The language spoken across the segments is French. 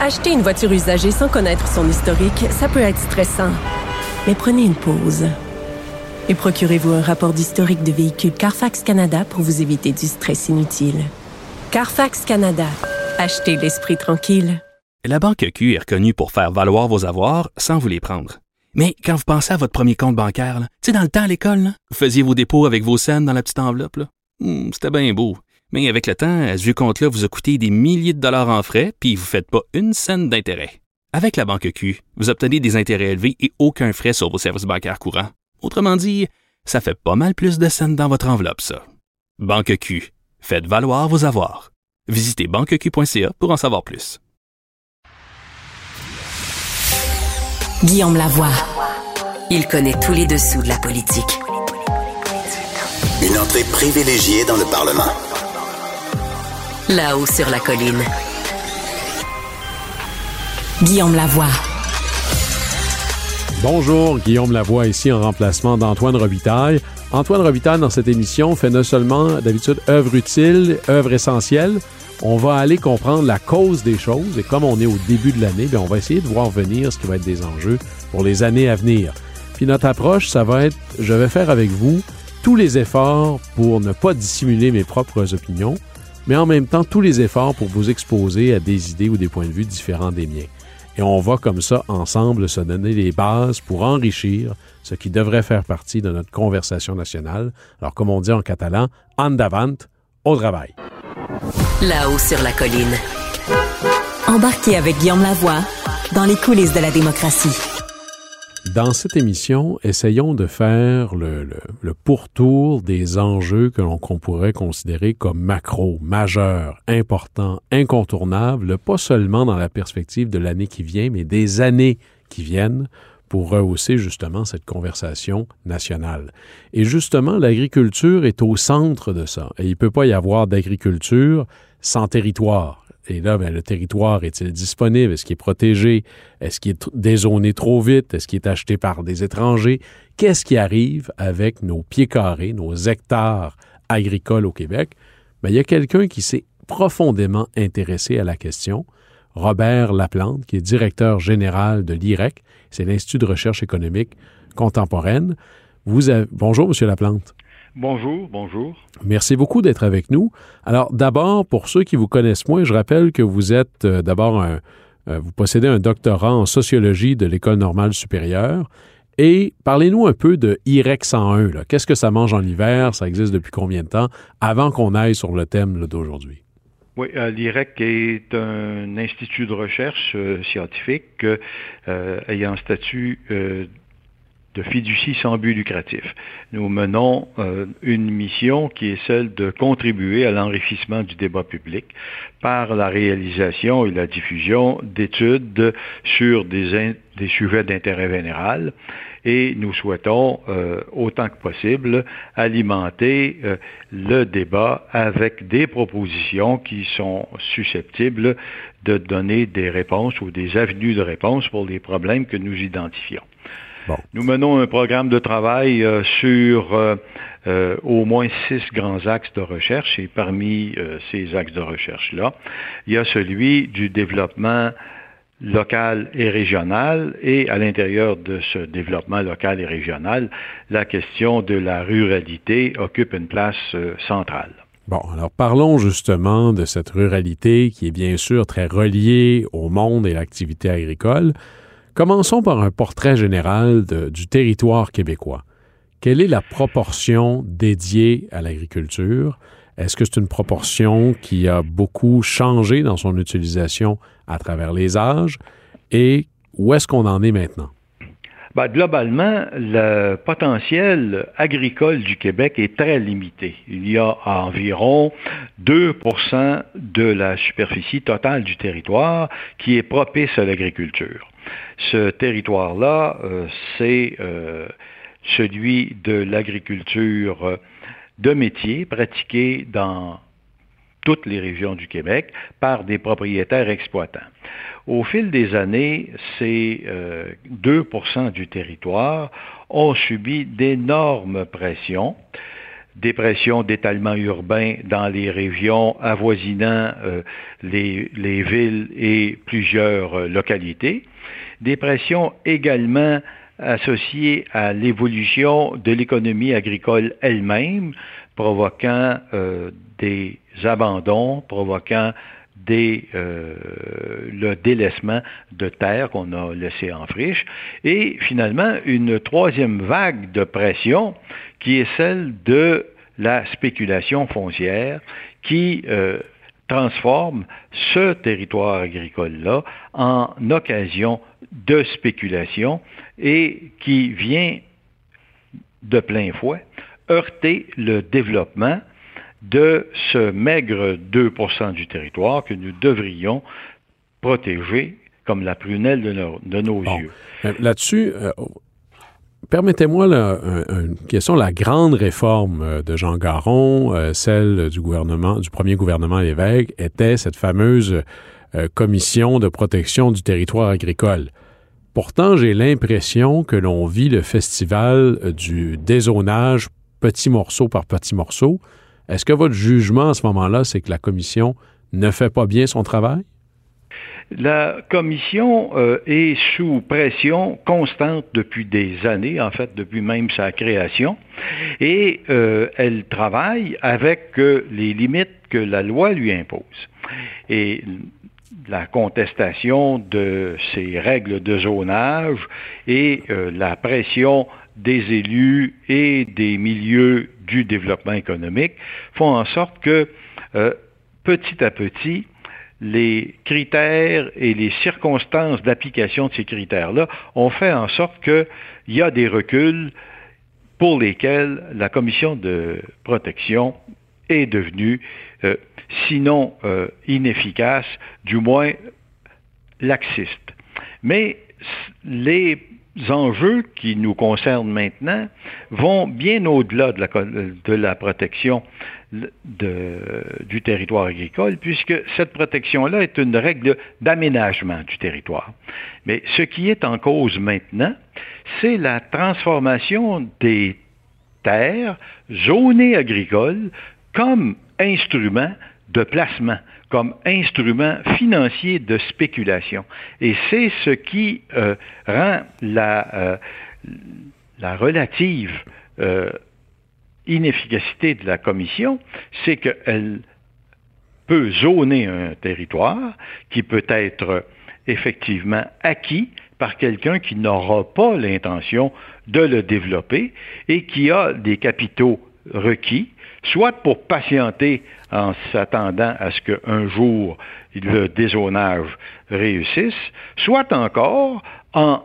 Acheter une voiture usagée sans connaître son historique, ça peut être stressant. Mais prenez une pause. Et procurez-vous un rapport d'historique de véhicule Carfax Canada pour vous éviter du stress inutile. Carfax Canada. Achetez l'esprit tranquille. La Banque Q est reconnue pour faire valoir vos avoirs sans vous les prendre. Mais quand vous pensez à votre premier compte bancaire, tu sais, dans le temps à l'école, là, vous faisiez vos dépôts avec vos scènes dans la petite enveloppe. Là. C'était bien beau. Mais avec le temps, ce vieux compte-là vous a coûté des milliers de dollars en frais, puis vous ne faites pas une scène d'intérêt. Avec la Banque Q, vous obtenez des intérêts élevés et aucun frais sur vos services bancaires courants. Autrement dit, ça fait pas mal plus de scènes dans votre enveloppe, ça. Banque Q. Faites valoir vos avoirs. Visitez banqueq.ca pour en savoir plus. Guillaume Lavoie. Il connaît tous les dessous de la politique. Une entrée privilégiée dans le Parlement. Là-haut sur la colline. Guillaume Lavoie. Bonjour, Guillaume Lavoie ici en remplacement d'Antoine Robitaille. Antoine Robitaille, dans cette émission, fait non seulement d'habitude œuvre utile, œuvre essentielle. On va aller comprendre la cause des choses et comme on est au début de l'année, bien, on va essayer de voir venir ce qui va être des enjeux pour les années à venir. Puis notre approche, ça va être, je vais faire avec vous tous les efforts pour ne pas dissimuler mes propres opinions, mais en même temps tous les efforts pour vous exposer à des idées ou des points de vue différents des miens. Et on va comme ça, ensemble, se donner les bases pour enrichir ce qui devrait faire partie de notre conversation nationale. Alors, comme on dit en catalan, endavant, au travail. Là-haut sur la colline. Embarquez avec Guillaume Lavoie dans les coulisses de la démocratie. Dans cette émission, essayons de faire le pourtour des enjeux qu'on pourrait considérer comme macro, majeurs, importants, incontournables, pas seulement dans la perspective de l'année qui vient, mais des années qui viennent pour rehausser justement cette conversation nationale. Et justement, l'agriculture est au centre de ça. Et il ne peut pas y avoir d'agriculture sans territoire. Et là, bien, le territoire, est-il disponible? Est-ce qu'il est protégé? Est-ce qu'il est dézoné trop vite? Est-ce qu'il est acheté par des étrangers? Qu'est-ce qui arrive avec nos pieds carrés, nos hectares agricoles au Québec? Bien, il y a quelqu'un qui s'est profondément intéressé à la question, Robert Laplante, qui est directeur général de l'IREC, c'est l'Institut de recherche économique contemporaine. Bonjour, M. Laplante. Bonjour, bonjour. Merci beaucoup d'être avec nous. Alors, d'abord, pour ceux qui vous connaissent moins, je rappelle que vous êtes vous possédez un doctorat en sociologie de l'École normale supérieure. Et parlez-nous un peu de IREC 101. Là. Qu'est-ce que ça mange en hiver? Ça existe depuis combien de temps? Avant qu'on aille sur le thème là, d'aujourd'hui. Oui, l'IREC est un institut de recherche scientifique ayant statut de fiducie sans but lucratif. Nous menons une mission qui est celle de contribuer à l'enrichissement du débat public par la réalisation et la diffusion d'études sur des sujets d'intérêt général et nous souhaitons, autant que possible, alimenter le débat avec des propositions qui sont susceptibles de donner des réponses ou des avenues de réponse pour les problèmes que nous identifions. Bon. Nous menons un programme de travail sur au moins 6 grands axes de recherche et parmi ces axes de recherche-là, il y a celui du développement local et régional et à l'intérieur de ce développement local et régional, la question de la ruralité occupe une place centrale. Bon, alors parlons justement de cette ruralité qui est bien sûr très reliée au monde et l'activité agricole. Commençons par un portrait général du territoire québécois. Quelle est la proportion dédiée à l'agriculture? Est-ce que c'est une proportion qui a beaucoup changé dans son utilisation à travers les âges? Et où est-ce qu'on en est maintenant? Ben, globalement, le potentiel agricole du Québec est très limité. Il y a environ 2% de la superficie totale du territoire qui est propice à l'agriculture. Ce territoire-là, c'est celui de l'agriculture de métier pratiquée dans toutes les régions du Québec par des propriétaires exploitants. Au fil des années, ces 2% du territoire ont subi d'énormes pressions des pressions d'étalement urbain dans les régions avoisinant les villes et plusieurs localités, des pressions également associées à l'évolution de l'économie agricole elle-même, provoquant des abandons, provoquant le délaissement de terres qu'on a laissées en friche, et finalement une troisième vague de pression qui est celle de la spéculation foncière qui transforme ce territoire agricole-là en occasion de spéculation et qui vient de plein fouet heurter le développement de ce maigre 2% du territoire que nous devrions protéger comme la prunelle de nos yeux. Là-dessus, permettez-moi une question. La grande réforme de Jean Garon, celle du premier gouvernement Lévesque, était cette fameuse commission de protection du territoire agricole. Pourtant, j'ai l'impression que l'on vit le festival du dézonage petit morceau par petit morceau. Est-ce que votre jugement à ce moment-là, c'est que la commission ne fait pas bien son travail? La commission est sous pression constante depuis des années, en fait depuis même sa création, et elle travaille avec les limites que la loi lui impose. Et la contestation de ces règles de zonage et la pression des élus et des milieux du développement économique font en sorte que petit à petit, les critères et les circonstances d'application de ces critères-là ont fait en sorte qu'il y a des reculs pour lesquels la commission de protection est devenue, sinon inefficace, du moins laxiste. Mais les enjeux qui nous concernent maintenant vont bien au-delà de la protection du territoire agricole, puisque cette protection-là est une règle d'aménagement du territoire. Mais ce qui est en cause maintenant, c'est la transformation des terres zonées agricoles comme instrument de placement, comme instrument financier de spéculation. Et c'est ce qui rend la relative inefficacité de la commission, c'est qu'elle peut zoner un territoire qui peut être effectivement acquis par quelqu'un qui n'aura pas l'intention de le développer et qui a des capitaux requis, soit pour patienter en s'attendant à ce qu'un jour le dézonage réussisse, soit encore en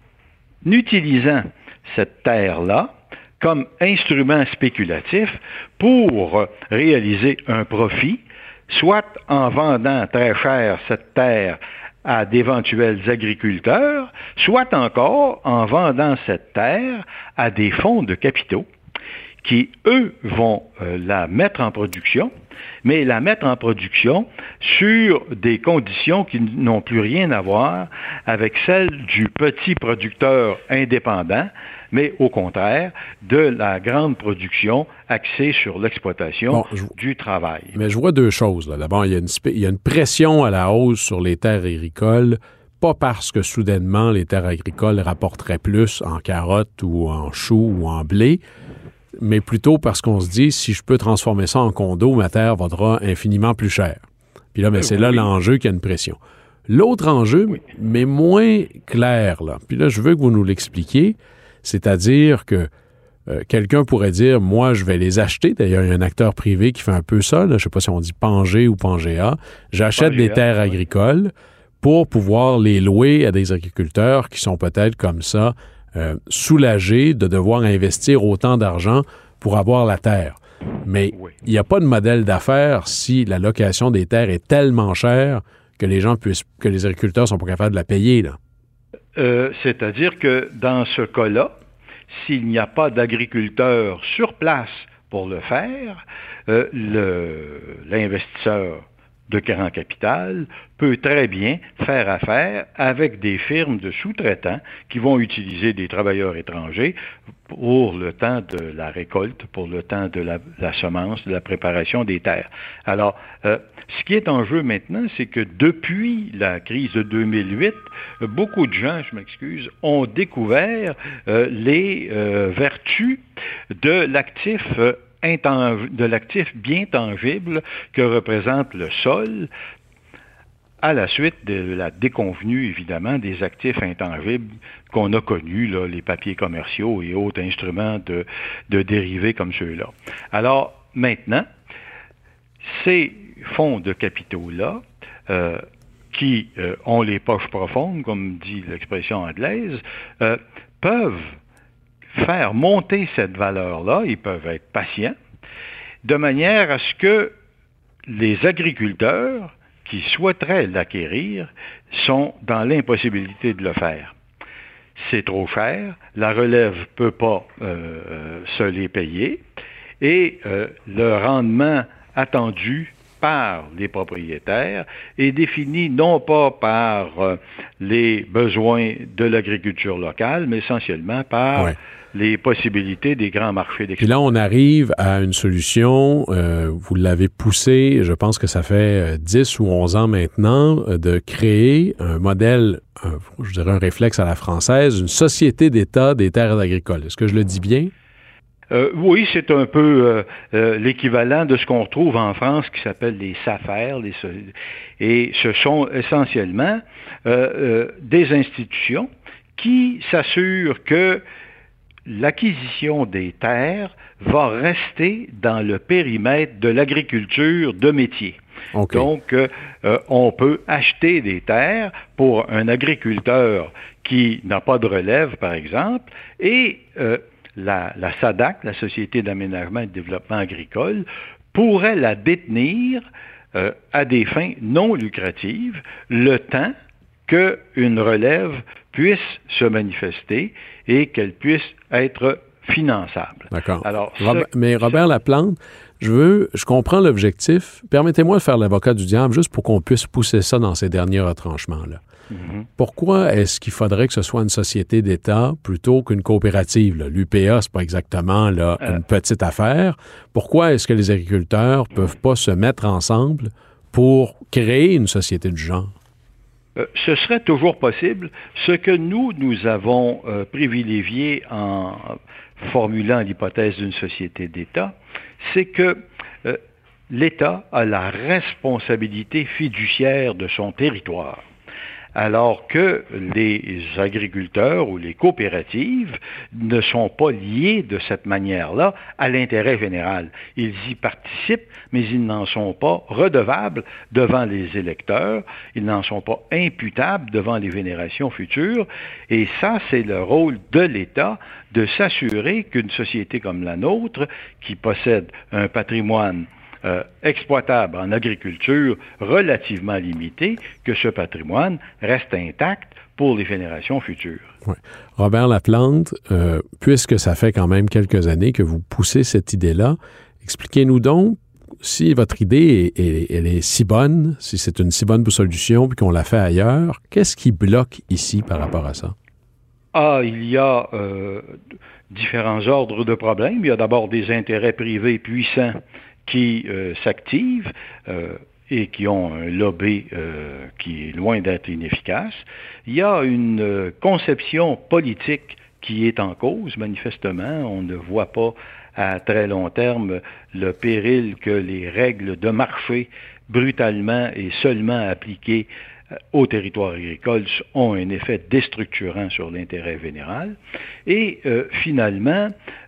utilisant cette terre-là comme instrument spéculatif pour réaliser un profit, soit en vendant très cher cette terre à d'éventuels agriculteurs, soit encore en vendant cette terre à des fonds de capitaux qui, eux, vont la mettre en production, mais la mettre en production sur des conditions qui n'ont plus rien à voir avec celles du petit producteur indépendant, mais au contraire de la grande production axée sur l'exploitation du travail. Mais je vois deux choses, là. D'abord, il y a une pression à la hausse sur les terres agricoles, pas parce que soudainement les terres agricoles rapporteraient plus en carottes ou en choux ou en blé, mais plutôt parce qu'on se dit, si je peux transformer ça en condo, ma terre vaudra infiniment plus cher. Puis là, c'est là l'enjeu qu'il y a une pression. L'autre enjeu, mais moins clair, là, puis là, je veux que vous nous l'expliquiez, c'est-à-dire que quelqu'un pourrait dire, moi, je vais les acheter. D'ailleurs, il y a un acteur privé qui fait un peu ça, là, je ne sais pas si on dit Pangea ou Pangea. J'achète des terres agricoles pour pouvoir les louer à des agriculteurs qui sont peut-être comme ça, soulagés de devoir investir autant d'argent pour avoir la terre. Mais il n'y a pas de modèle d'affaires si la location des terres est tellement chère que que les agriculteurs ne sont pas capables de la payer, là. C'est-à-dire que dans ce cas-là, s'il n'y a pas d'agriculteurs sur place pour le faire, l'investisseur de grand capital peut très bien faire affaire avec des firmes de sous-traitants qui vont utiliser des travailleurs étrangers pour le temps de la récolte, pour le temps de la semence, de la préparation des terres. Alors, ce qui est en jeu maintenant, c'est que depuis la crise de 2008, beaucoup de gens, ont découvert les vertus de l'actif bien tangible que représente le sol, à la suite de la déconvenue, évidemment, des actifs intangibles qu'on a connus, là, les papiers commerciaux et autres instruments de dérivés comme ceux-là. Alors, maintenant, ces fonds de capitaux-là, qui ont les poches profondes, comme dit l'expression anglaise, peuvent faire monter cette valeur-là, ils peuvent être patients, de manière à ce que les agriculteurs qui souhaiteraient l'acquérir sont dans l'impossibilité de le faire. C'est trop cher, la relève ne peut pas se les payer, et le rendement attendu par les propriétaires est défini non pas par les besoins de l'agriculture locale, mais essentiellement par les possibilités des grands marchés d'exportation. Puis là, on arrive à une solution, vous l'avez poussé, je pense que ça fait 10 ou 11 ans maintenant, de créer un modèle, je dirais un réflexe à la française, une société d'État des terres agricoles. Est-ce que je le dis bien? Oui, c'est un peu l'équivalent de ce qu'on retrouve en France qui s'appelle les SAFER, et ce sont essentiellement des institutions qui s'assurent que l'acquisition des terres va rester dans le périmètre de l'agriculture de métier. Okay. Donc, on peut acheter des terres pour un agriculteur qui n'a pas de relève, par exemple, et la SADAC, la Société d'aménagement et de développement agricole, pourrait la détenir à des fins non lucratives le temps qu'une relève puisse se manifester et qu'elle puisse être finançable. D'accord. Alors, mais Robert Laplante, je comprends l'objectif. Permettez-moi de faire l'avocat du diable juste pour qu'on puisse pousser ça dans ces derniers retranchements-là. Mm-hmm. Pourquoi est-ce qu'il faudrait que ce soit une société d'État plutôt qu'une coopérative? Là? L'UPA, c'est pas exactement une petite affaire. Pourquoi est-ce que les agriculteurs peuvent pas se mettre ensemble pour créer une société du genre? Ce serait toujours possible. Ce que nous avons privilégié en formulant l'hypothèse d'une société d'État, c'est que l'État a la responsabilité fiduciaire de son territoire, alors que les agriculteurs ou les coopératives ne sont pas liés de cette manière-là à l'intérêt général. Ils y participent, mais ils n'en sont pas redevables devant les électeurs, ils n'en sont pas imputables devant les générations futures, et ça, c'est le rôle de l'État de s'assurer qu'une société comme la nôtre, qui possède un patrimoine exploitable en agriculture relativement limité, que ce patrimoine reste intact pour les générations futures. Ouais. Robert Laplante, puisque ça fait quand même quelques années que vous poussez cette idée-là, expliquez-nous donc si votre idée elle est si bonne, si c'est une si bonne solution puis qu'on l'a fait ailleurs, qu'est-ce qui bloque ici par rapport à ça? Il y a différents ordres de problèmes. Il y a d'abord des intérêts privés puissants qui s'activent et qui ont un lobby qui est loin d'être inefficace. Il y a une conception politique qui est en cause, manifestement. On ne voit pas à très long terme le péril que les règles de marché brutalement et seulement appliquées au territoire agricole ont un effet déstructurant sur l'intérêt général. Et finalement,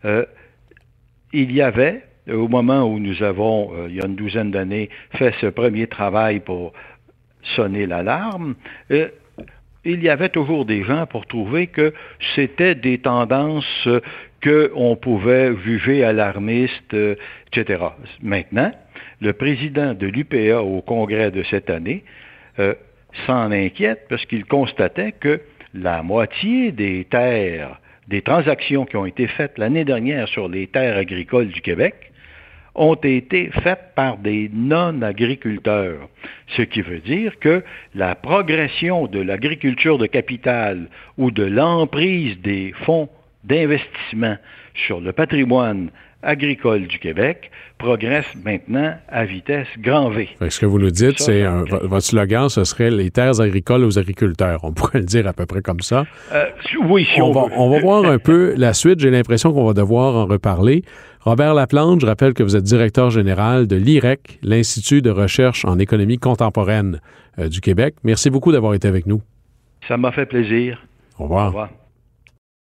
il y avait, au moment où nous avons, il y a une douzaine d'années, fait ce premier travail pour sonner l'alarme, il y avait toujours des gens pour trouver que c'était des tendances qu'on pouvait juger alarmistes, etc. Maintenant, le président de l'UPA au congrès de cette année s'en inquiète parce qu'il constatait que la moitié des terres, des transactions qui ont été faites l'année dernière sur les terres agricoles du Québec ont été faites par des non-agriculteurs. Ce qui veut dire que la progression de l'agriculture de capital ou de l'emprise des fonds d'investissement sur le patrimoine agricole du Québec progresse maintenant à vitesse grand V. Ce que vous nous dites, votre slogan, ce serait « Les terres agricoles aux agriculteurs ». On pourrait le dire à peu près comme ça. Oui, si on veut. On va voir un peu la suite. J'ai l'impression qu'on va devoir en reparler. Robert Laplante, je rappelle que vous êtes directeur général de l'IREC, l'Institut de recherche en économie contemporaine du Québec. Merci beaucoup d'avoir été avec nous. Ça m'a fait plaisir. Au revoir. Au revoir.